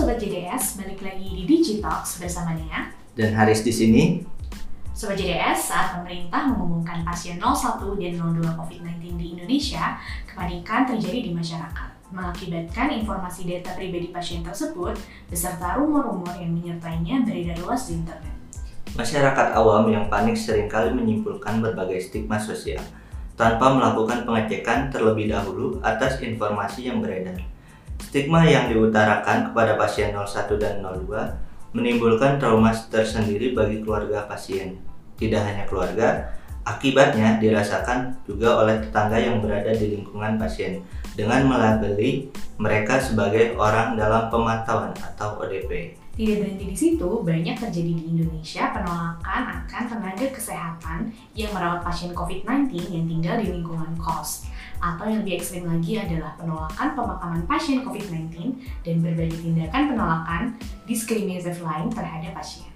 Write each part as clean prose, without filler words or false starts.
Sobat JDS, balik lagi di Digitalks bersama Nea dan Haris di sini. Sobat JDS, saat pemerintah mengumumkan pasien 01 dan 02 COVID-19 di Indonesia, kepanikan terjadi di masyarakat, mengakibatkan informasi data pribadi pasien tersebut beserta rumor-rumor yang menyertainya beredar luas di internet. Masyarakat awam yang panik seringkali menyimpulkan berbagai stigma sosial tanpa melakukan pengecekan terlebih dahulu atas informasi yang beredar. Stigma yang diutarakan kepada pasien 01 dan 02 menimbulkan trauma tersendiri bagi keluarga pasien. Tidak hanya keluarga, akibatnya dirasakan juga oleh tetangga yang berada di lingkungan pasien dengan melabeli mereka sebagai orang dalam pemantauan atau ODP. Tidak berhenti di situ, banyak terjadi di Indonesia penolakan akan tenaga kesehatan yang merawat pasien COVID-19 yang tinggal di lingkungan kos. Atau yang lebih ekstrim lagi adalah penolakan pemakaman pasien COVID-19 dan berbagai tindakan penolakan diskriminatif lain terhadap pasien.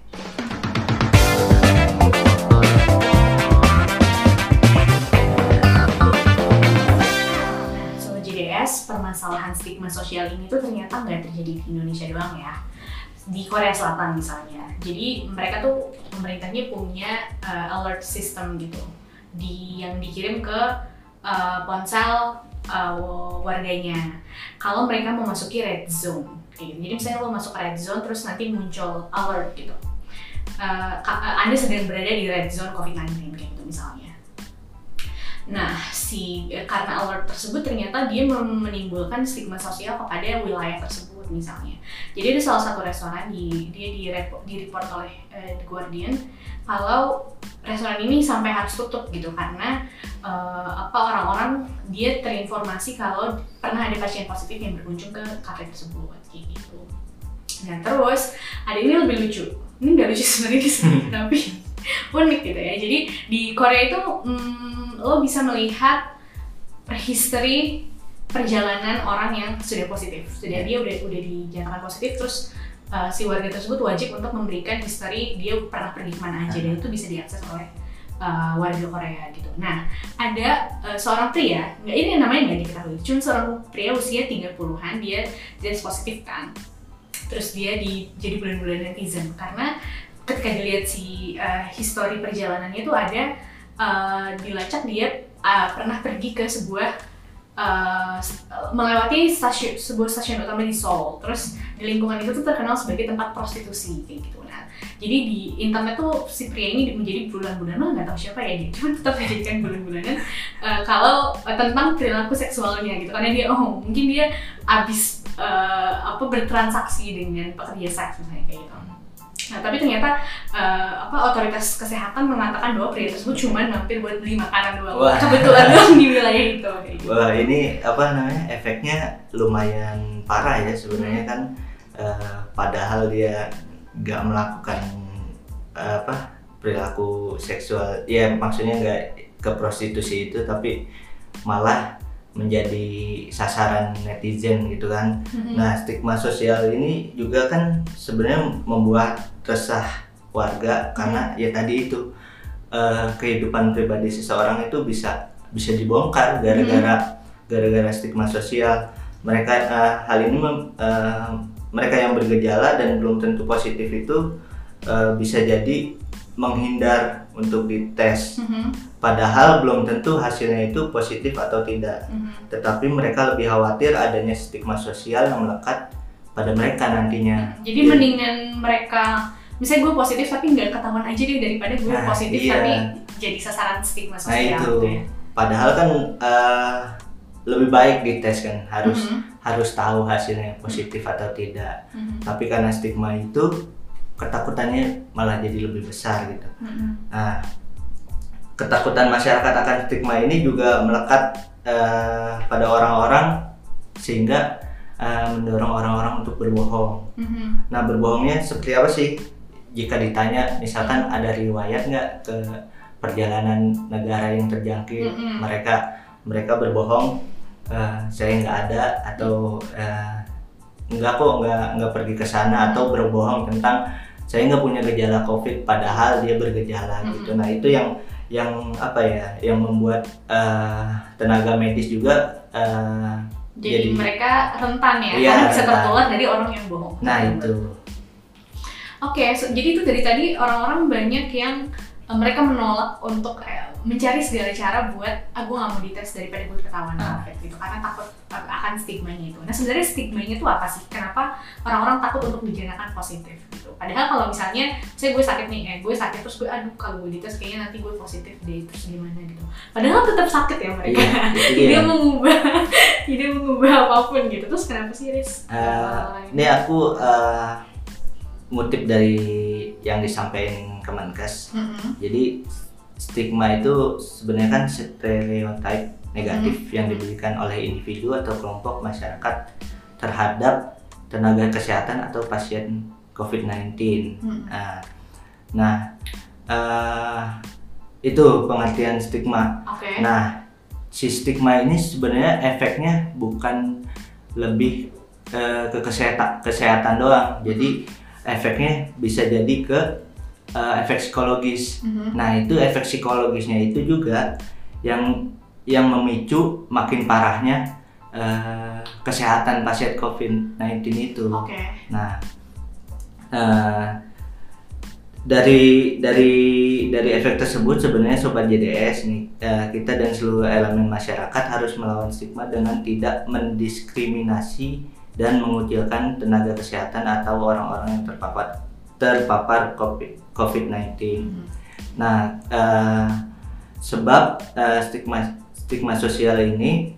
Sobat JDS, permasalahan stigma sosial ini tuh ternyata nggak terjadi di Indonesia doang ya. Di Korea Selatan misalnya, jadi mereka tuh pemerintahnya punya alert system gitu, yang dikirim ke ponsel warganya. Kalau mereka mau masuki red zone, gitu. Jadi misalnya lo masuk red zone terus nanti muncul alert gitu. Anda sedang berada di red zone COVID-19 kayak gitu misalnya. Nah, karena alert tersebut ternyata dia menimbulkan stigma sosial kepada wilayah tersebut misalnya. Jadi ada salah satu restoran dia di-report oleh The Guardian kalau restoran ini sampai harus tutup gitu karena orang-orang dia terinformasi kalau pernah ada pasien positif yang berkunjung ke kafe tersebut kayak gitu. Nah terus ada ini lebih lucu. Ini nggak lucu sebenarnya tapi unik gitu ya. Jadi di Korea itu lo bisa melihat history perjalanan orang yang sudah positif, dia udah dinyatakan positif, terus si warga tersebut wajib untuk memberikan history dia pernah pergi kemana aja dan itu bisa diakses oleh warga Korea gitu. Nah ada seorang pria, ini namanya nggak diketahui, cuma seorang pria usia 30-an dia positif kan, terus dia jadi bulan-bulan netizen karena ketika dilihat si history perjalanannya itu ada dilacak dia pernah pergi ke melewati sebuah stasiun utama di Seoul, terus di lingkungan itu tuh terkenal sebagai tempat prostitusi kayak gitu. Nah, jadi di internet tuh si pria ini menjadi bulan-bulanan, nggak tahu siapa ya dia, cuma tetap dijadikan bulan-bulanan kalau tentang perilaku seksualnya gitu, karena dia mungkin dia habis bertransaksi dengan pekerja seks misalnya kayak gitu. Nah, tapi ternyata otoritas kesehatan mengatakan bahwa pria tersebut cuma mampir buat beli makanan doang. Wah. Kebetulan doang di wilayah itu. Gitu. Wah, ini efeknya lumayan parah ya sebenarnya kan. Padahal dia nggak melakukan perilaku seksual, ya maksudnya nggak ke prostitusi itu, tapi malah menjadi sasaran netizen gitu kan. Nah, stigma sosial ini juga kan sebenarnya membuat resah warga karena ya tadi itu kehidupan pribadi seseorang itu bisa dibongkar gara-gara stigma sosial. Mereka hal ini mereka yang bergejala dan belum tentu positif itu bisa jadi menghindar untuk dites. Padahal belum tentu hasilnya itu positif atau tidak. Tetapi mereka lebih khawatir adanya stigma sosial yang melekat pada mereka nantinya. Jadi mendingan mereka, misalnya gue positif tapi nggak ketahuan aja deh daripada gue positif tapi jadi sasaran stigma sosial. Nah itu, gitu ya. Padahal kan lebih baik dites kan, harus tahu hasilnya positif atau tidak. Tapi karena stigma itu ketakutannya malah jadi lebih besar gitu. Nah, ketakutan masyarakat akan stigma ini juga melekat pada orang-orang sehingga mendorong orang-orang untuk berbohong. Nah, berbohongnya seperti apa sih? Jika ditanya misalkan ada riwayat nggak ke perjalanan negara yang terjangkit, mereka berbohong, saya nggak ada atau nggak pergi ke sana, atau berbohong tentang saya nggak punya gejala COVID padahal dia bergejala gitu. Nah itu yang membuat tenaga medis juga Jadi mereka rentan ya, iya, karena bisa tertular dari orang yang bohong. Nah itu. Oke, jadi itu dari tadi orang-orang banyak yang mereka menolak untuk mencari segala cara buat gue nggak mau dites daripada gue ketahuan COVID gitu, karena takut akan stigmanya itu. Nah sebenarnya stigmanya itu apa sih? Kenapa orang-orang takut untuk dinyatakan positif gitu? Padahal kalau misalnya saya gue sakit nih, gue sakit terus gue kalau gue dites kayaknya nanti gue positif deh, terus gimana gitu. Padahal tetap sakit ya mereka. Tidak mengubah apapun gitu. Terus kenapa sih Riz? Ini aku ngutip dari yang disampaikan Kemenkes. Jadi stigma itu sebenarnya kan stereotip negatif yang diberikan oleh individu atau kelompok masyarakat terhadap tenaga kesehatan atau pasien COVID-19. Itu pengertian stigma. Nah, si stigma ini sebenarnya efeknya bukan lebih ke kesehatan doang. Jadi efeknya bisa jadi ke efek psikologis. Nah itu efek psikologisnya itu juga yang memicu makin parahnya kesehatan pasien COVID-19 itu. Nah dari efek tersebut sebenarnya Sobat JDS nih, kita dan seluruh elemen masyarakat harus melawan stigma dengan tidak mendiskriminasi dan mengucilkan tenaga kesehatan atau orang-orang yang terpapar COVID-19. Nah, sebab stigma sosial ini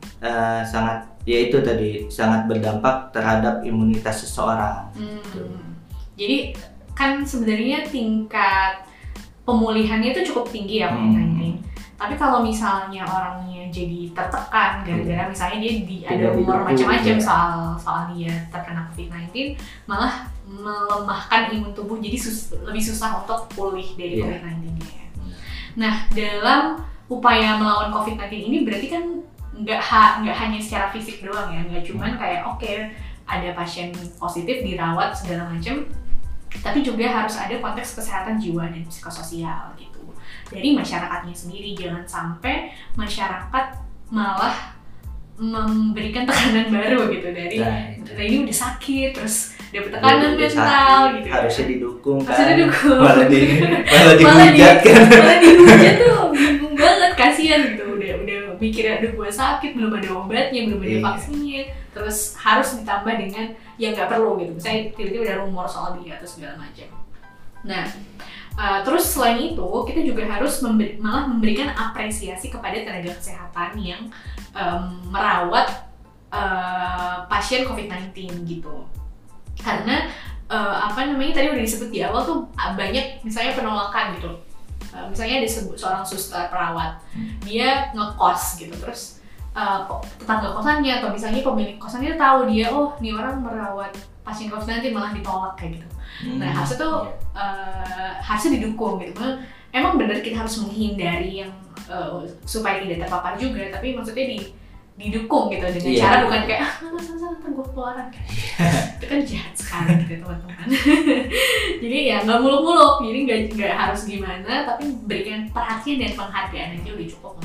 sangat berdampak terhadap imunitas seseorang. Jadi kan sebenarnya tingkat pemulihannya itu cukup tinggi ya COVID-19. Tapi kalau misalnya orangnya jadi tertekan gara-gara misalnya dia ada rumor macam-macam soal dia terkena COVID-19, malah melemahkan imun tubuh, jadi lebih susah untuk pulih dari COVID-19-nya. Nah, dalam upaya melawan COVID-19 ini berarti kan nggak hanya secara fisik doang ya, nggak cuman kayak ada pasien positif dirawat segala macam, tapi juga harus ada konteks kesehatan jiwa dan psikososial gitu dari masyarakatnya sendiri. Jangan sampai masyarakat malah memberikan tekanan baru gitu dari ini udah sakit terus dapat tekanan mental gitu. Harusnya didukung kan. Malah dihujat kan. Malah dihujat tuh bingung banget, kasihan gitu. Udah mikir gue sakit, belum ada obatnya, belum ada vaksinnya. Terus harus ditambah dengan yang nggak perlu gitu. Misalnya tiba-tiba ada rumor soal dia atau segala macam. Nah, terus selain itu kita juga harus malah memberikan apresiasi kepada tenaga kesehatan yang merawat pasien COVID-19 gitu. Karena tadi udah disebut di awal tuh banyak misalnya penolakan gitu. Misalnya ada seorang suster perawat, dia ngekos gitu, terus tetangga kosannya atau misalnya pemilik kosannya tahu dia, nih orang merawat pasien COVID-19 malah ditolak kayak gitu. Nah harusnya tuh harusnya didukung gitu. Emang benar kita harus menghindari yang supaya tidak terpapar juga, tapi maksudnya didukung gitu dengan cara bukan kayak ntar gue keluaran itu kan jahat sekali gitu teman-teman. Jadi ya nggak muluk-muluk, jadi nggak harus gimana, tapi berikan perhatian dan penghargaan aja udah cukup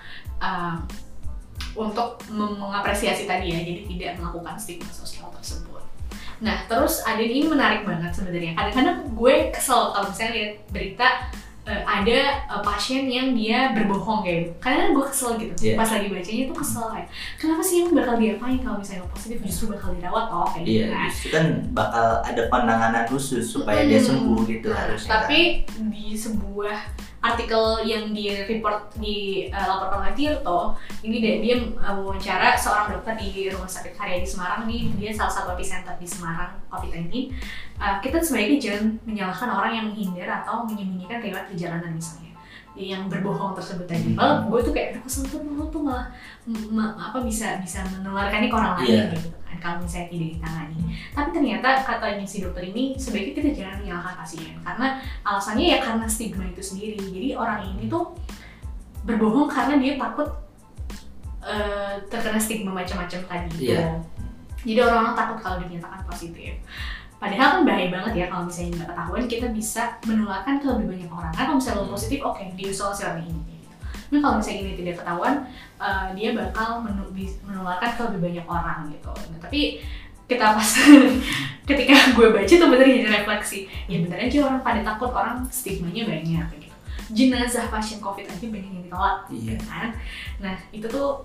untuk mengapresiasi tadi ya, jadi tidak melakukan stigma sosial tersebut. Nah terus ada ini menarik banget sebenarnya, kadang-kadang gue kesel kalau misalnya lihat berita ada pasien yang dia berbohong kayak gitu. Kadang-kadang gue kesel gitu, pas lagi bacanya tuh kesel kayak kenapa sih yang bakal diapain kalau misalnya positif, justru bakal dirawat kan. Justru kan bakal ada penanganan khusus supaya dia sembuh gitu harusnya. Tapi di sebuah artikel yang di report laporkan oleh Tirto, ini dia wawancara seorang dokter di Rumah Sakit Haryadi Semarang nih, dia salah satu epicenter di Semarang COVID-19. Kita sebaiknya jangan menyalahkan orang yang menghindar atau menyembunyikan riwayat perjalanan misalnya, yang berbohong tersebut tadi. Malah gue tuh kayak kesel tuh, lu tuh malah bisa menularkannya ke orang lain gitu kan kalau misalnya tidak ditangani. Tapi ternyata katanya si dokter ini sebaiknya kita jangan menyalahkan pasien, karena alasannya ya karena stigma itu sendiri. Jadi orang ini tuh berbohong karena dia takut terkena stigma macam-macam tadi gitu. Jadi orang-orang takut kalau dinyatakan positif. Padahal kan bahaya banget ya kalau misalnya nggak ketahuan, kita bisa menularkan ke lebih banyak orang. Kan kalau misalnya lo positif, diisolasi orang ini. Gitu. Tapi kalau misalnya ini tidak ketahuan, dia bakal menularkan ke lebih banyak orang gitu. Nah, tapi kita pas ketika gue baca tuh bener jadi refleksi, ya bener aja orang pada takut, orang stigmanya banyak gitu. Jenazah pasien COVID aja banyak yang ditolak, kan? Nah itu tuh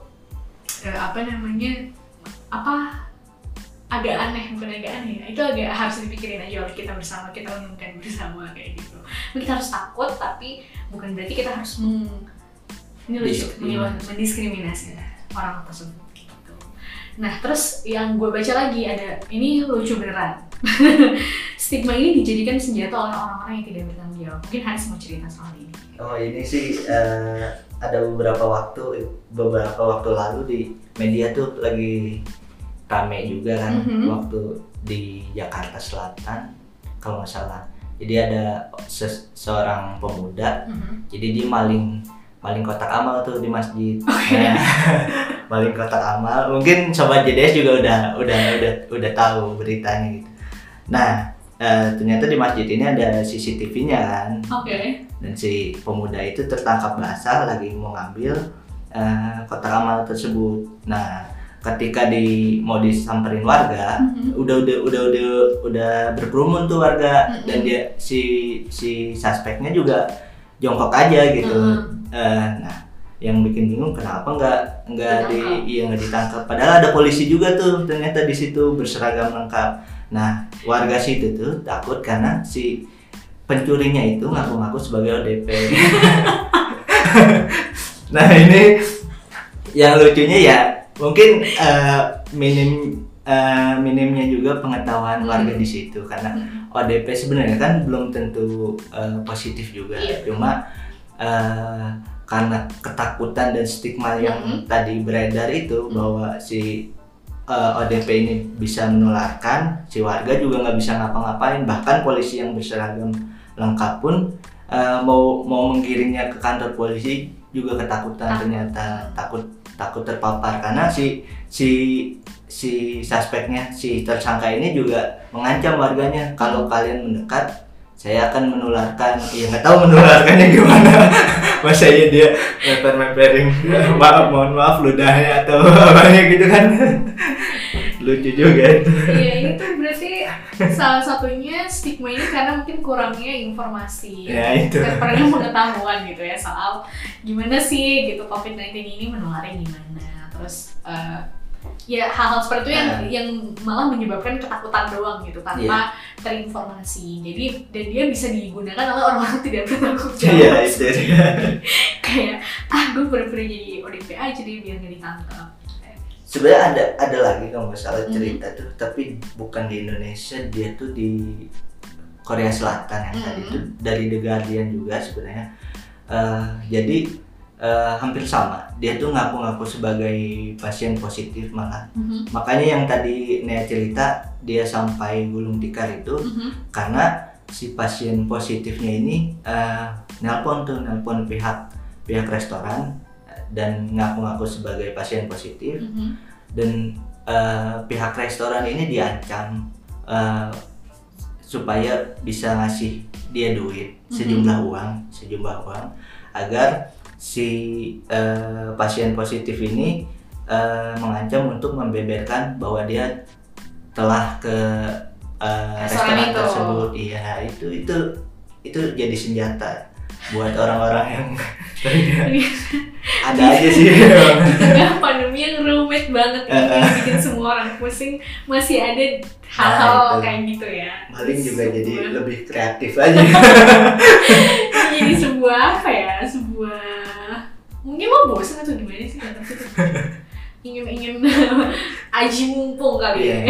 agak aneh, bukan agak aneh ya, itu agak harus dipikirin aja oleh kita bersama, kita renungkan bersama kayak gitu. Kita harus takut, tapi bukan berarti kita harus mendiskriminasi orang tersebut gitu. Nah terus yang gue baca lagi ada, ini lucu beneran. Stigma ini dijadikan senjata oleh orang-orang yang tidak bertanggung jawab. Mungkin Haris mau cerita soal ini. Oh ini sih ada beberapa waktu lalu di media tuh lagi rame juga kan, waktu di Jakarta Selatan kalau nggak salah. Jadi ada seorang pemuda, jadi dia maling kotak amal tuh di masjid. Maling kotak amal, mungkin sobat JDS juga udah tahu beritanya gitu. Nah ternyata di masjid ini ada CCTV-nya kan. Dan si pemuda itu tertangkap basah lagi mau ngambil kotak amal tersebut. Nah ketika mau disamperin warga, udah berkerumun tuh warga, dan dia si suspeknya juga jongkok aja gitu. Nah yang bikin bingung kenapa nggak ditangkap, padahal ada polisi juga tuh ternyata di situ berseragam lengkap. Nah warga situ tuh takut karena si pencurinya itu ngaku-ngaku sebagai ODP. Nah ini yang lucunya ya mungkin minimnya juga pengetahuan warga di situ, karena ODP sebenarnya kan belum tentu positif juga, cuma karena ketakutan dan stigma yang tadi beredar itu bahwa si ODP ini bisa menularkan, si warga juga nggak bisa ngapa-ngapain, bahkan polisi yang berseragam lengkap pun mau menggiringnya ke kantor polisi juga ketakutan, ternyata takut terpapar karena si suspeknya, si tersangka ini juga mengancam warganya, kalau kalian mendekat saya akan menularkan. Ya nggak tahu menularkannya gimana. Masa iya dia meperin mohon maaf ludahnya atau apanya gitu kan. Lucu juga itu. Iya ini tuh berarti salah satunya stigma ini karena mungkin kurangnya informasi, kurangnya pengetahuan gitu ya soal gimana sih gitu COVID-19 ini menularnya gimana. Terus ya hal-hal seperti itu yang malah menyebabkan ketakutan doang gitu tanpa terinformasi. Jadi dan dia bisa digunakan oleh orang-orang tidak bertanggung jawab. Kayak gue pura-pura jadi ODP aja deh biar nggak ditangkap. Sebenarnya ada lagi kalau nggak salah cerita tuh, tapi bukan di Indonesia, dia tuh di Korea Selatan yang tadi tuh dari The Guardian juga sebenarnya. Jadi hampir sama, dia tuh ngaku-ngaku sebagai pasien positif malah. Makanya yang tadi Nea cerita dia sampai gulung tikar itu karena si pasien positifnya ini nelpon pihak restoran dan ngaku-ngaku sebagai pasien positif. Dan pihak restoran ini diancam supaya bisa ngasih dia duit sejumlah uang agar si pasien positif ini mengancam untuk membeberkan bahwa dia telah ke restoran tersebut. Iya, itu jadi senjata buat orang-orang yang ada aja sih. Tengah pandemi yang rumit banget ini bikin semua orang pusing, masih ada hal-hal kayak gitu ya. Maling juga jadi lebih kreatif aja. Jadi sebuah mungkin mau bosan atau gimana sih, ingin aji mumpung kali ya.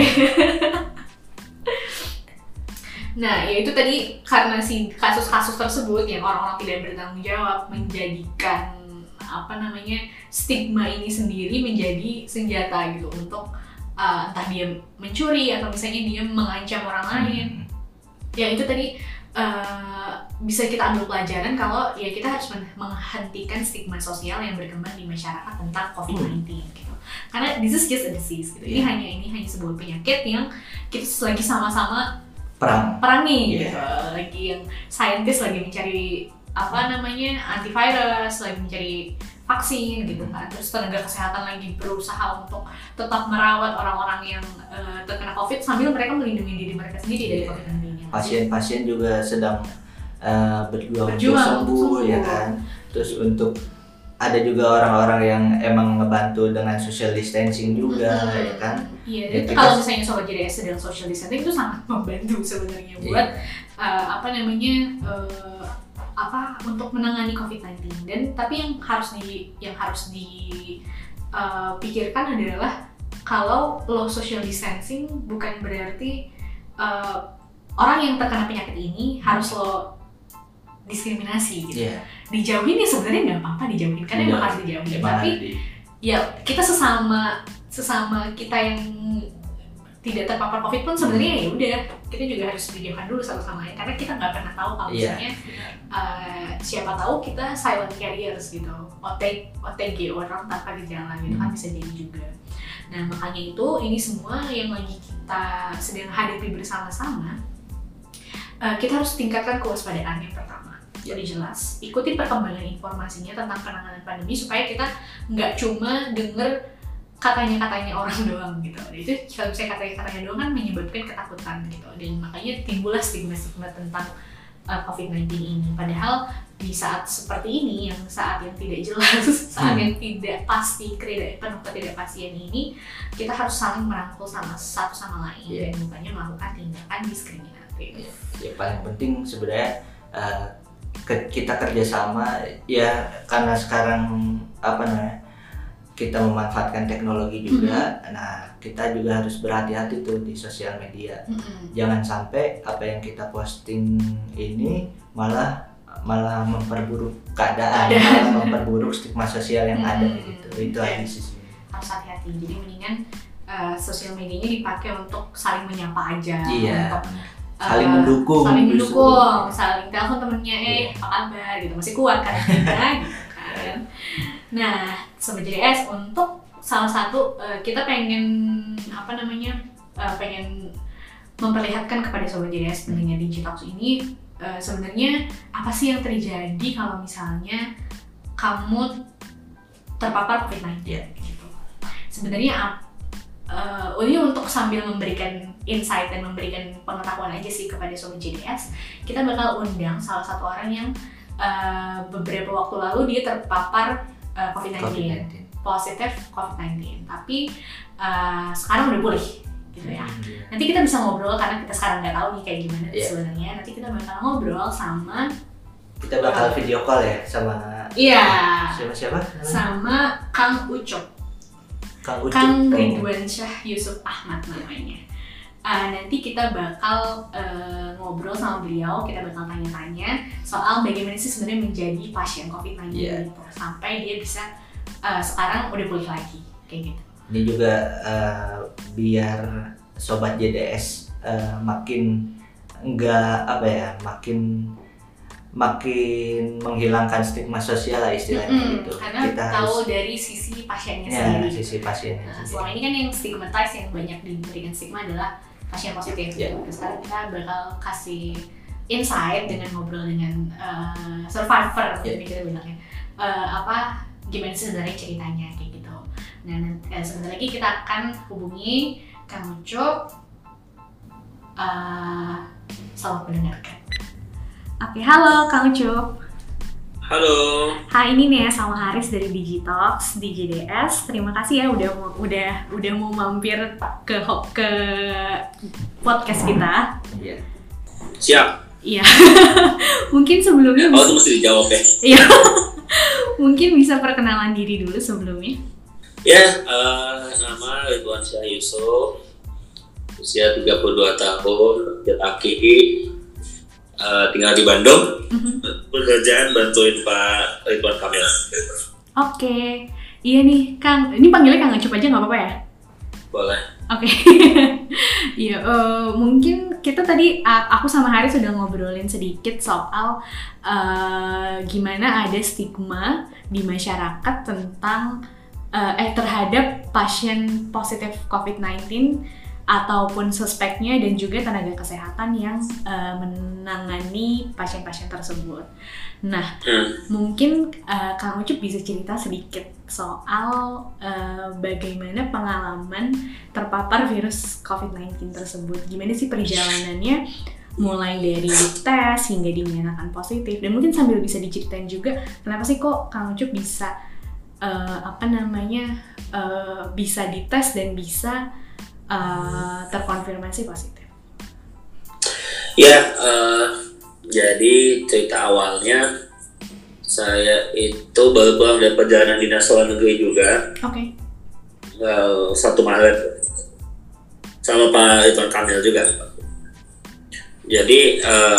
Nah, ya itu tadi karena si kasus-kasus tersebut yang orang-orang tidak bertanggung jawab menjadikan stigma ini sendiri menjadi senjata gitu untuk entah dia mencuri atau misalnya dia mengancam orang lain. Yang itu tadi bisa kita ambil pelajaran kalau ya kita harus menghentikan stigma sosial yang berkembang di masyarakat tentang COVID-19 gitu. Karena this is just a disease gitu. Ini hanya sebuah penyakit yang kita lagi sama-sama perangi gitu. Lagi yang saintis lagi mencari antivirus, lagi mencari vaksin gitu kan. Terus tenaga kesehatan lagi berusaha untuk tetap merawat orang-orang yang terkena COVID sambil mereka melindungi diri mereka sendiri dari COVID-19. Pasien-pasien juga sedang berjuang untuk sembuh ya kan. Terus untuk ada juga orang-orang yang emang ngebantu dengan social distancing juga ya kan. Iya, ya, kalau misalnya Sobat JDS sedang social distancing itu sangat membantu sebenarnya buat untuk menangani COVID-19. Dan tapi yang harus dipikirkan adalah kalau lo social distancing bukan berarti orang yang terkena penyakit ini harus lo diskriminasi gitu. Dijauhin ya sebenarnya nggak apa-apa dijauhin, karena emang harus dijauhin. Tapi ya kita sesama kita yang tidak terpapar COVID pun sebenarnya ya udah kita juga harus dijauhkan dulu satu sama lain, karena kita nggak pernah tahu kalau misalnya siapa tahu kita silent carriers gitu, OTG orang tanpa gejala gitu kan bisa jadi juga. Nah makanya itu ini semua yang lagi kita sedang hadapi bersama-sama, kita harus tingkatkan kewaspadaan yang pertama. Jadi jelas, ikuti perkembangan informasinya tentang penanganan pandemi supaya kita nggak cuma denger katanya-katanya orang doang gitu. Itu kalau misalnya katanya-katanya doang kan menyebabkan ketakutan gitu. Dan makanya timbullah stigma-stigma tentang COVID-19 ini. Padahal di saat seperti ini, saat yang tidak jelas, saat yang tidak pasti, penuh ketidakpastian ini, kita harus saling merangkul satu sama lain dan bukannya melakukan tindakan diskriminatif. Ya paling penting sebenarnya kita kerjasama ya, karena sekarang kita memanfaatkan teknologi juga. Nah kita juga harus berhati-hati tuh di sosial media. Jangan sampai apa yang kita posting ini malah memperburuk keadaan, malah memperburuk stigma sosial yang ada gitu. Itu aja sih. Harus hati-hati. Jadi mendingan sosial medianya dipakai untuk saling menyapa aja. Iya. Untuk saling mendukung, saling telepon temennya, apa kabar gitu, masih kuat kan kita gitu kan. Nah, Sobat JDS, untuk salah satu kita pengen pengen memperlihatkan kepada Sobat JDS pendengar Digitalks ini sebenarnya apa sih yang terjadi kalau misalnya kamu terpapar COVID-19 gitu. Sebenarnya ini untuk sambil memberikan insight dan memberikan pengetahuan aja sih kepada Sobat JDS, kita bakal undang salah satu orang yang beberapa waktu lalu dia terpapar COVID-19, positif COVID-19, tapi sekarang udah pulih gitu ya. Nanti kita bisa ngobrol karena kita sekarang nggak tahu nih kayak gimana sebenarnya. Nanti kita bakal ngobrol sama, kita bakal video call ya sama siapa? Sama Kang Ucup. Kang Ridwan Syah Yusuf Ahmad namanya. Nanti kita bakal ngobrol sama beliau, kita bakal tanya-tanya soal bagaimana sih sebenarnya menjadi pasien COVID-19 gitu, sampai dia bisa sekarang udah pulih lagi kayak gitu. Ini juga biar Sobat JDS makin menghilangkan stigma sosial lah istilahnya gitu. Karena kita tahu dari sisi pasiennya sendiri. Sisi pasiennya. Selama ini kan yang stigmatized, yang banyak diberikan stigma adalah pasien positif. Sekarang kita bakal kasih insight dengan ngobrol dengan survivor, kita bilangnya. Gimana sih sebenarnya ceritanya kayak gitu. Nah, sebentar lagi kita akan hubungi Kang Ucup. Selamat mendengarkan. Oke, halo Kang Ucup. Halo. Hai, ini nih sama Haris dari Digitalks di JDS. Terima kasih ya udah mau mampir ke podcast kita. Iya. Siap. Iya. Mungkin sebelumnya itu mesti dijawab ya. Iya. Mungkin bisa perkenalan diri dulu sebelumnya. Ya, nama Ridwan Syah Yusuf. Usia 32 tahun, laki-laki. Tinggal di Bandung, pekerjaan bantuin Pak Ridwan Kamil. Oke, iya nih Kang, ini panggilnya Kang Ucup aja nggak apa-apa ya? Boleh. Oke, iya mungkin kita tadi aku sama Haris sudah ngobrolin sedikit soal gimana ada stigma di masyarakat tentang terhadap pasien positif COVID-19 ataupun suspeknya dan juga tenaga kesehatan yang menangani pasien-pasien tersebut. Nah, mungkin Kang Ucup bisa cerita sedikit soal bagaimana pengalaman terpapar virus COVID-19 tersebut. Gimana sih perjalanannya mulai dari tes hingga dinyatakan positif, dan mungkin sambil bisa diceritain juga kenapa sih kok Kang Ucup bisa bisa dites dan bisa terkonfirmasi positif. Ya, jadi cerita awalnya saya itu baru pulang dari perjalanan dinas luar negeri juga. Oke. 1 Maret sama Pak Ridwan Kamil juga. Jadi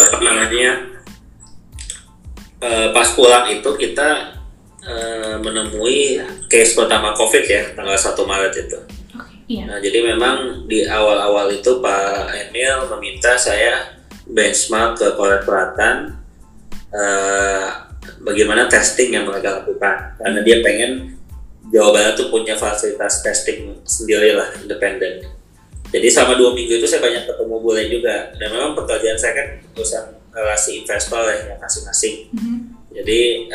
pas pulang itu kita menemui case pertama COVID ya, tanggal 1 Maret itu. Iya. Nah, jadi memang di awal-awal itu Pak Emil meminta saya benchmark ke Korea Selatan bagaimana testing yang mereka lakukan, karena dia pengen Jawa Barat tuh punya fasilitas testing sendiri lah, independen. Jadi selama 2 minggu itu saya banyak ketemu bule juga, dan memang pekerjaan saya kan urusan relasi investor ya, masing-masing. Jadi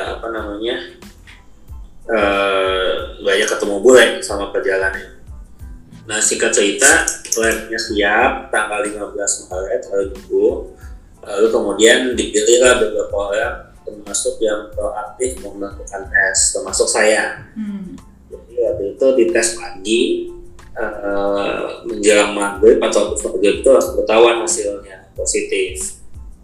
banyak ketemu bule sama perjalanan. Nah, singkat cerita, labnya siap tanggal 15 Maret hari Minggu. Lalu kemudian dipilihlah beberapa orang termasuk yang proaktif melakukan tes, termasuk saya. Jadi waktu itu dites pagi, menjelang maghrib atau maghrib itu langsung ketahuan hasilnya positif.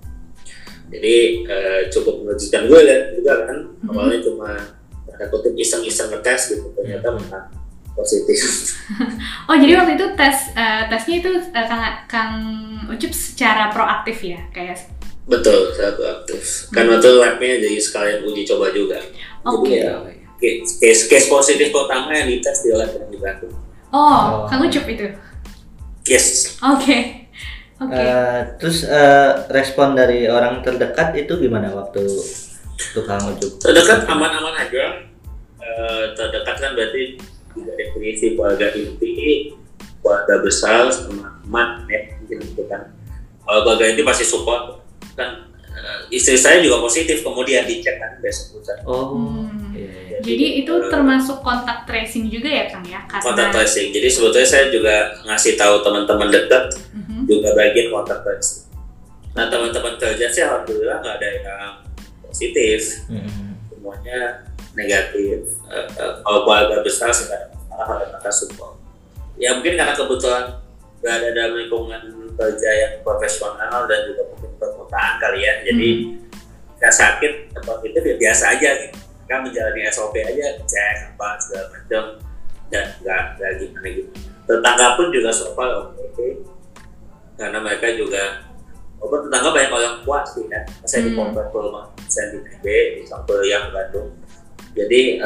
Jadi cukup mengejutkan gue juga kan. Awalnya cuma ada kutip iseng-iseng ngetes gitu, ternyata memang positif. Oh, jadi waktu itu tesnya itu Kang Ucup secara proaktif ya, kayak? Betul, secara proaktif. Kan waktu labnya jadi sekalian uji coba juga. Oke. Jadi case positif pertama yang dites di lab yang di Bandung. Oh, Kang Ucup itu? Yes. Oke. Terus respon dari orang terdekat itu gimana waktu itu Kang Ucup? Terdekat aman-aman aja. Terdekat kan berarti juga definisi keluarga inti, keluarga besar, sama teman ya, gitu kan. Kalau keluarga inti pasti support kan. Istri saya juga positif, kemudian dicek kan besok lusa. Iya. Jadi itu termasuk kontak tracing juga ya Kang ya? Kontak tracing. Jadi sebetulnya saya juga ngasih tahu teman-teman dekat juga bagian kontak tracing. Nah, teman-teman kerja sih alhamdulillah nggak ada yang positif, semuanya negatif. Kalau keluarga besar sih nggak ada masalah, mereka support. Ya mungkin karena kebetulan berada dalam lingkungan kerja yang profesional dan juga mungkin perkotaan kali ya, jadi nggak sakit positif ya biasa aja gitu. Kan menjalani SOP aja, cek apa segala macam, dan nggak gimana gitu. Tetangga pun juga support oke, karena mereka juga tetangga banyak orang kuat sih kan. Saya di komplek rumah saya di TB di Sampel yang Bandung. Jadi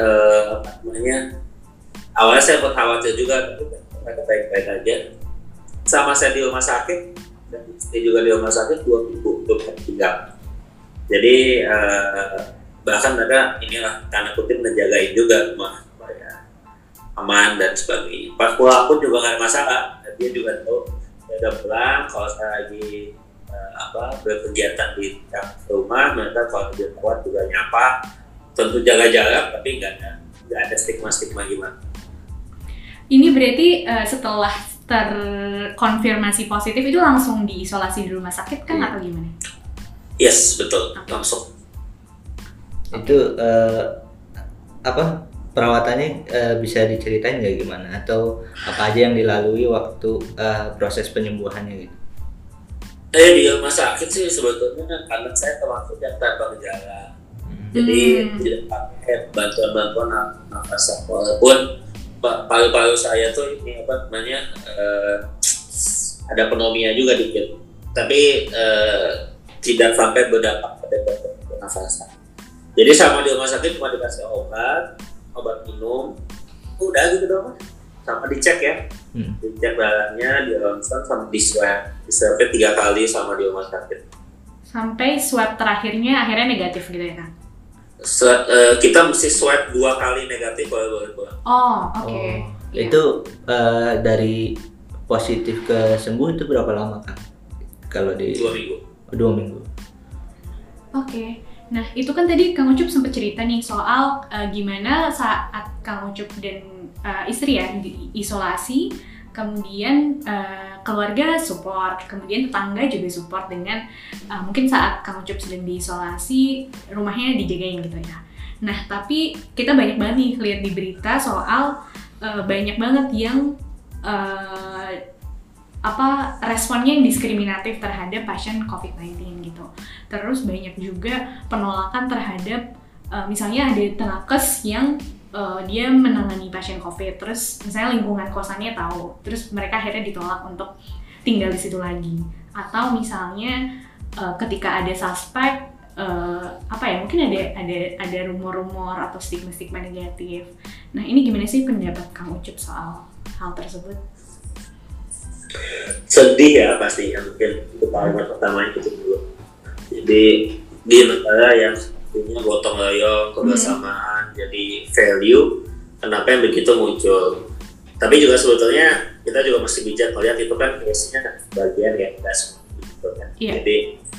awalnya saya khawatir juga, tapi mereka baik-baik aja. Sama saya di rumah sakit dan istri juga di rumah sakit 2 minggu tinggal. Jadi bahkan mereka inilah tanda kutip menjagain juga rumah supaya aman dan sebagainya. Pas pulang pun juga nggak ada masalah. Dia juga tahu saya udah pulang. Kalau saya lagi berkegiatan di rumah, mereka kalau dia kuat juga nyapa. Tentu jaga jarak, tapi nggak ada stigma gimana. Ini berarti setelah terkonfirmasi positif itu langsung diisolasi di rumah sakit kan atau gimana? Yes, betul, langsung. Itu perawatannya bisa diceritain nggak gimana, atau apa aja yang dilalui waktu proses penyembuhannya gitu? Di rumah sakit sih sebetulnya karena saya termasuk yang tanpa gejala. Jadi tidak pakai bantuan nafas, walaupun paru-paru saya tuh ini ada pneumonia juga dikit, tapi tidak sampai berdampak pada pernafasan. Jadi sama di rumah sakit cuma dikasih obat minum, udah gitu doang, sama dicek ya, dicek darahnya, di ronsen sama di swab 3 kali sama di rumah sakit. Sampai swab terakhirnya akhirnya negatif gitu ya Kang? Kita mesti swab 2 kali negatif baru boleh pulang. Oh, oke. Itu dari positif ke sembuh itu berapa lama Kang? Kalau di 2 minggu. 2 minggu. Oke. Nah, itu kan tadi Kang Ucup sempat cerita nih soal gimana saat Kang Ucup dan istri ya isolasi, kemudian keluarga support, kemudian tetangga juga support dengan mungkin saat Kang Ucup sedang diisolasi, rumahnya dijagain gitu ya. Nah, tapi kita banyak banget nih lihat di berita soal banyak banget yang responnya yang diskriminatif terhadap pasien COVID-19 gitu. Terus banyak juga penolakan terhadap misalnya ada tenakes yang dia menangani pasien COVID, terus misalnya lingkungan kosannya tahu, terus mereka akhirnya ditolak untuk tinggal di situ lagi. Atau misalnya ketika ada suspek mungkin ada rumor-rumor atau stigma-stigma negatif. Nah, ini gimana sih pendapat Kang Ucup soal hal tersebut? Sedih ya pasti, mungkin itu kalimat pertama itu dulu. Jadi di negara yang punya gotong royong, kebersamaan, jadi value, kenapa yang begitu muncul? Tapi juga sebetulnya kita juga mesti bijak melihat itu kan biasanya bagian ya, tidak semua gitu kan. Yeah. Jadi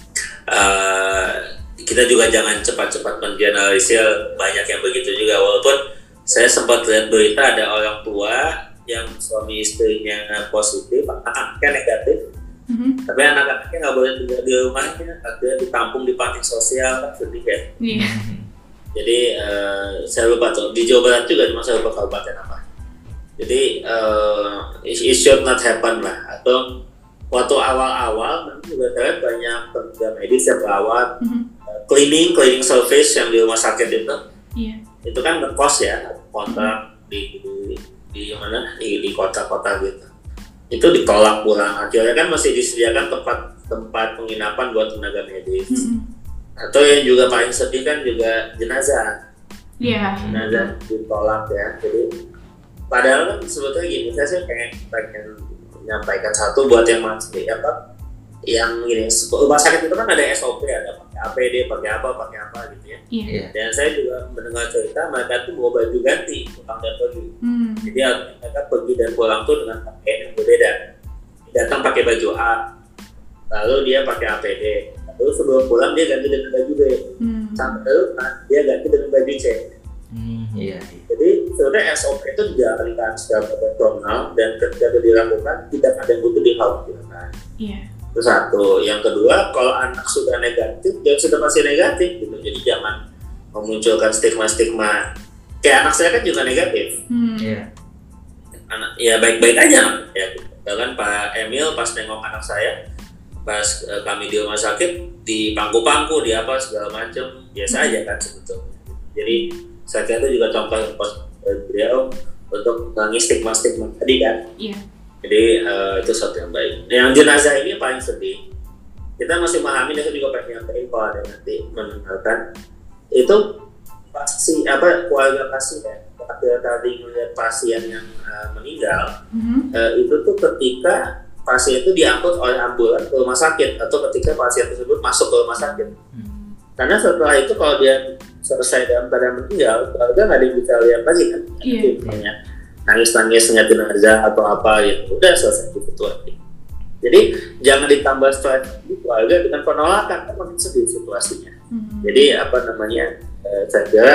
kita juga jangan cepat-cepat mengeneralisir, banyak yang begitu juga. Walaupun saya sempat lihat berita ada orang tua yang suami istrinya positif, anak-anaknya negatif, tapi anak-anaknya nggak boleh tinggal di rumahnya, akhirnya ditampung di panti sosial, kan sedih ya. Jadi saya lupa tuh di Jawa Barat juga, cuma saya lupa kabupaten apa. Jadi it should not happen lah. Atau waktu awal-awal nanti juga terlihat banyak tenaga medis yang perawat, cleaning service yang di rumah sakit itu, itu kan ngekos ya, kontrak di mana di kota-kota gitu, itu ditolak pulang. Akhirnya kan masih disediakan tempat penginapan buat tenaga medis. Atau yang juga paling sedih kan juga jenazah, jenazah ditolak ya. Jadi padahal kan sebetulnya gini, saya pengen menyampaikan satu buat yang masih yang gini, rumah sakit itu kan ada SOP, ada pakai APD, pakai apa gitu ya. Dan saya juga mendengar cerita mereka tuh bawa baju ganti pulang dan pergi. Jadi mereka pergi dan pulang tuh dengan pakaian yang berbeda. Datang pakai baju A, lalu dia pakai APD, lalu sebelum pulang dia ganti dengan baju B, sampai dia ganti dengan baju C. Jadi sebenarnya SOP itu dijalankan secara profesional dan ketika itu dilakukan tidak ada yang butuh dikhawatirkan. Itu satu. Yang kedua, kalau anak sudah negatif, dia sudah pasti negatif gitu. Jadi jangan memunculkan stigma-stigma. Kayak anak saya kan juga negatif. Anak ya baik-baik aja ya. Bahkan Pak Emil pas nengok anak saya, pas kami di rumah sakit, di pangku-pangku, di apa segala macam, biasa aja kan sebetulnya. Jadi saya kira itu juga contoh yang beliau untuk mengurangi stigma-stigma tadi kan. Jadi itu sesuatu yang baik. Yang jenazah ini paling sedih. Kita masih memahami, dan saya juga pengen nyampaikan kalau ada nanti mendengarkan itu pasti keluarga pasien. Ketika tadi melihat pasien yang meninggal, itu tuh ketika pasien itu diangkut oleh ambulan ke rumah sakit atau ketika pasien tersebut masuk ke rumah sakit. Karena setelah itu kalau dia selesai dalam keadaan meninggal, keluarga nggak ada yang bisa lihat lagi kan. Nangis-nangis ngeliat jenazah atau apa gitu, udah selesai gitu aja. Jadi jangan ditambah stres di keluarga dengan penolakan, kan makin sedih situasinya. Jadi saya kira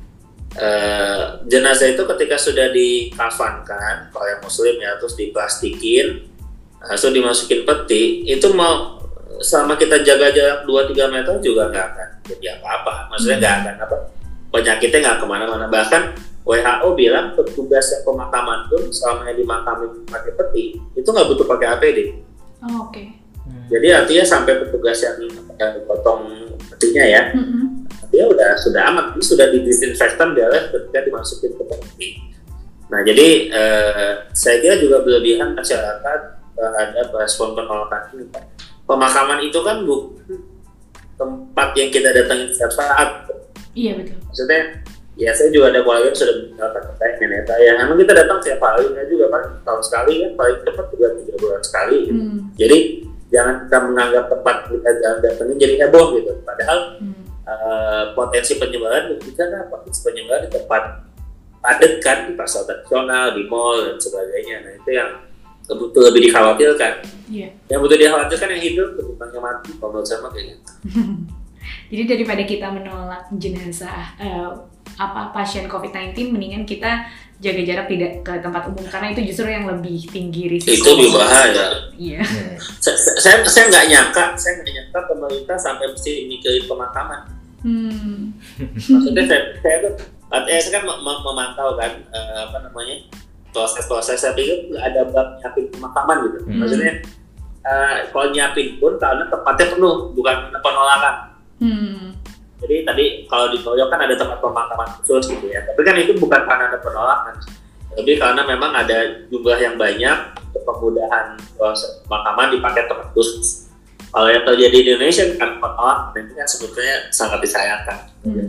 jenazah itu ketika sudah dikafankan kalau yang muslim ya, terus diplastikin, langsung dimasukin peti, itu mau selama kita jaga jarak 2-3 meter juga nggak akan jadi apa-apa. Maksudnya nggak akan penyakitnya nggak kemana-mana. Bahkan WHO bilang petugas pemakaman pun selama yang dimakamin pakai peti itu nggak butuh pakai APD. Jadi artinya sampai petugas yang potong petinya ya, dia sudah aman, sudah didisinfektan dia ketika dimasukin ke peti. Nah jadi saya kira juga berlebihan masyarakat terhadap respon penolakan ini. Pemakaman itu kan bukan tempat yang kita datangi setiap saat. Iya betul. Maksudnya ya saya juga ada keluarga yang sudah meninggalkan nenek saya. Emang kita datang setiap hari juga kan, tahun sekali kan, paling cepat juga 3 bulan sekali gitu. Jadi jangan kita menganggap tempat kita jalan datangin jadi heboh gitu. Padahal potensi penyebaran potensi penyebaran di tempat padat kan, di pasar tradisional, di mall dan sebagainya. Nah itu yang butuh lebih dikhawatirkan. Iya. Yang butuh dikhawatirkan yang hidup ketimbang yang mati. Kalau menurut saya kayak gitu. Jadi daripada kita menolak jenazah pasien COVID-19, mendingan kita jaga jarak tidak ke tempat umum karena itu justru yang lebih tinggi risiko. Itu lebih bahaya. Iya. Saya nggak nyangka pemerintah sampai mesti mikirin pemakaman. Maksudnya saya kan memantau kan proses-proses, saya pikir nggak ada bab nyiapin pemakaman gitu. Maksudnya kalau nyiapin pun karena tempatnya penuh, bukan penolakan. Jadi tadi kalau di New York kan ada tempat pemakaman khusus gitu ya, tapi kan itu bukan karena ada penolakan, tapi karena memang ada jumlah yang banyak untuk kemudahan proses pemakaman dipakai tempat khusus. Kalau yang terjadi di Indonesia kan penolakan, itu kan sebetulnya sangat disayangkan.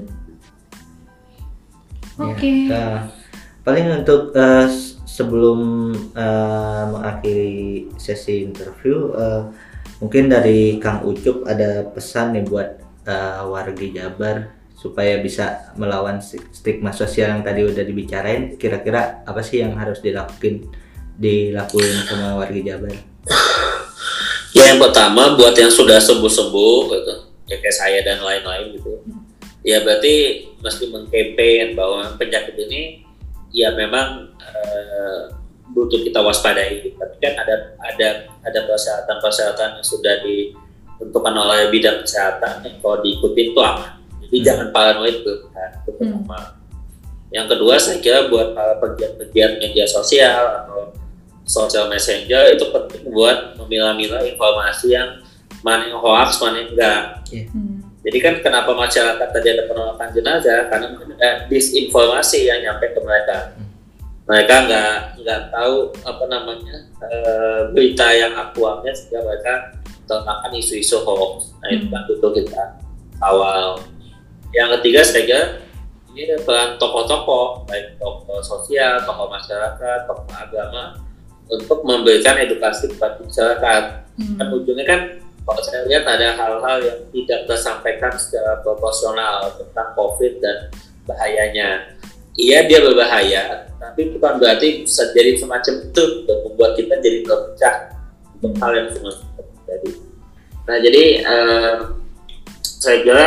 Oke. Paling untuk sebelum mengakhiri sesi interview, mungkin dari Kang Ucup ada pesan nih buat warga Jabar supaya bisa melawan stigma sosial yang tadi udah dibicarain. Kira-kira apa sih yang harus dilakuin sama warga Jabar? Ya, yang pertama buat yang sudah sembuh gitu, ya kayak saya dan lain-lain gitu, ya berarti mesti mengkampen bahwa penyakit ini ya memang butuh kita waspadai. Tapi kan ada persyaratan yang sudah ditentukan oleh bidang kesehatan yang kalau diikutin itu aman. Jadi jangan paranoid itu pertama. Yang kedua saya kira buat para pegiat media sosial atau social messenger itu penting buat memilah-milah informasi yang mana yang hoax, mana yang enggak. Jadi kan kenapa masyarakat tadi ada penolakan jenazah, karena disinformasi yang nyampe ke mereka. Mereka nggak tahu berita yang aktualnya sehingga mereka termakan isu-isu hoax. Nah itu kan butuh kita awal. Yang ketiga saya kira ini peran tokoh-tokoh, baik tokoh sosial, tokoh masyarakat, tokoh agama untuk memberikan edukasi kepada masyarakat. Kan ujungnya kan kalau saya lihat ada hal-hal yang tidak tersampaikan secara proporsional tentang COVID dan bahayanya. Iya dia berbahaya, tapi bukan berarti bisa jadi semacam itu dan membuat kita jadi terpecah untuk hal yang semacam terjadi. Nah jadi saya kira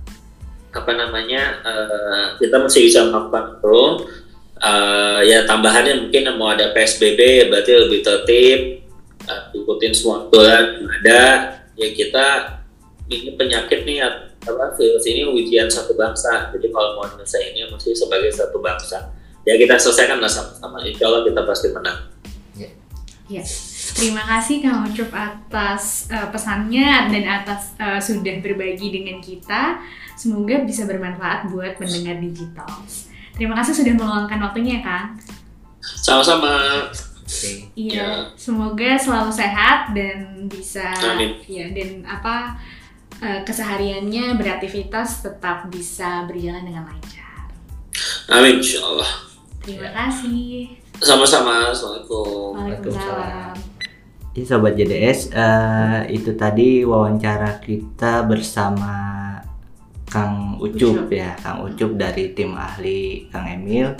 kita mesti bisa melakukan itu. Ya tambahannya mungkin mau ada PSBB ya berarti lebih tertib, ikutin semua aturan yang ada. Ya kita ini penyakit nih virus ini ujian satu bangsa, jadi kalau mau menyelesaikannya mesti sebagai satu bangsa. Ya kita selesaikan sama-sama, insya Allah kita pasti menang. Ya. Terima kasih Kang Ucup atas pesannya dan atas sudah berbagi dengan kita. Semoga bisa bermanfaat buat pendengar digital. Terima kasih sudah meluangkan waktunya Kang. Sama-sama. Iya, semoga selalu sehat dan bisa Amin. Ya dan kesehariannya beraktivitas tetap bisa berjalan dengan lancar. Amin insyaallah. Terima kasih. Sama-sama. Assalamualaikum. Waalaikumsalam. Jadi Sobat JDS, itu tadi wawancara kita bersama Kang Ucup ya, Kang Ucup dari tim ahli Kang Emil.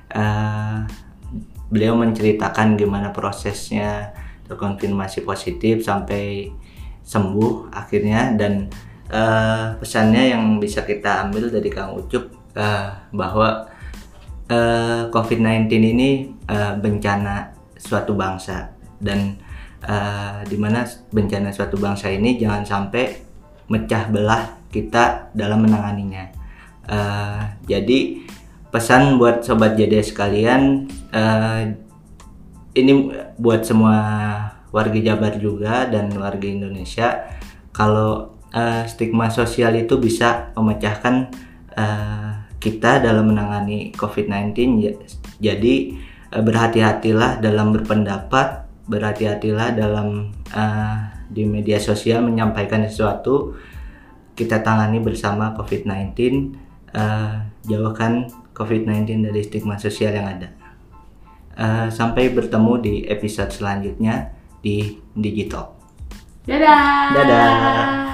Beliau menceritakan gimana prosesnya terkonfirmasi positif sampai sembuh akhirnya, dan pesannya yang bisa kita ambil dari Kang Ucup bahwa COVID-19 ini bencana suatu bangsa, dan dimana bencana suatu bangsa ini jangan sampai mecah belah kita dalam menanganinya. Jadi pesan buat Sobat JDS sekalian, ini buat semua warga Jabar juga dan warga Indonesia, kalau stigma sosial itu bisa memecahkan kita dalam menangani COVID-19. Jadi berhati-hatilah dalam berpendapat, berhati-hatilah dalam di media sosial menyampaikan sesuatu. Kita tangani bersama COVID-19, jauhkan COVID-19 dari stigma sosial yang ada. Sampai bertemu di episode selanjutnya di Digital. Dadah. Dadah.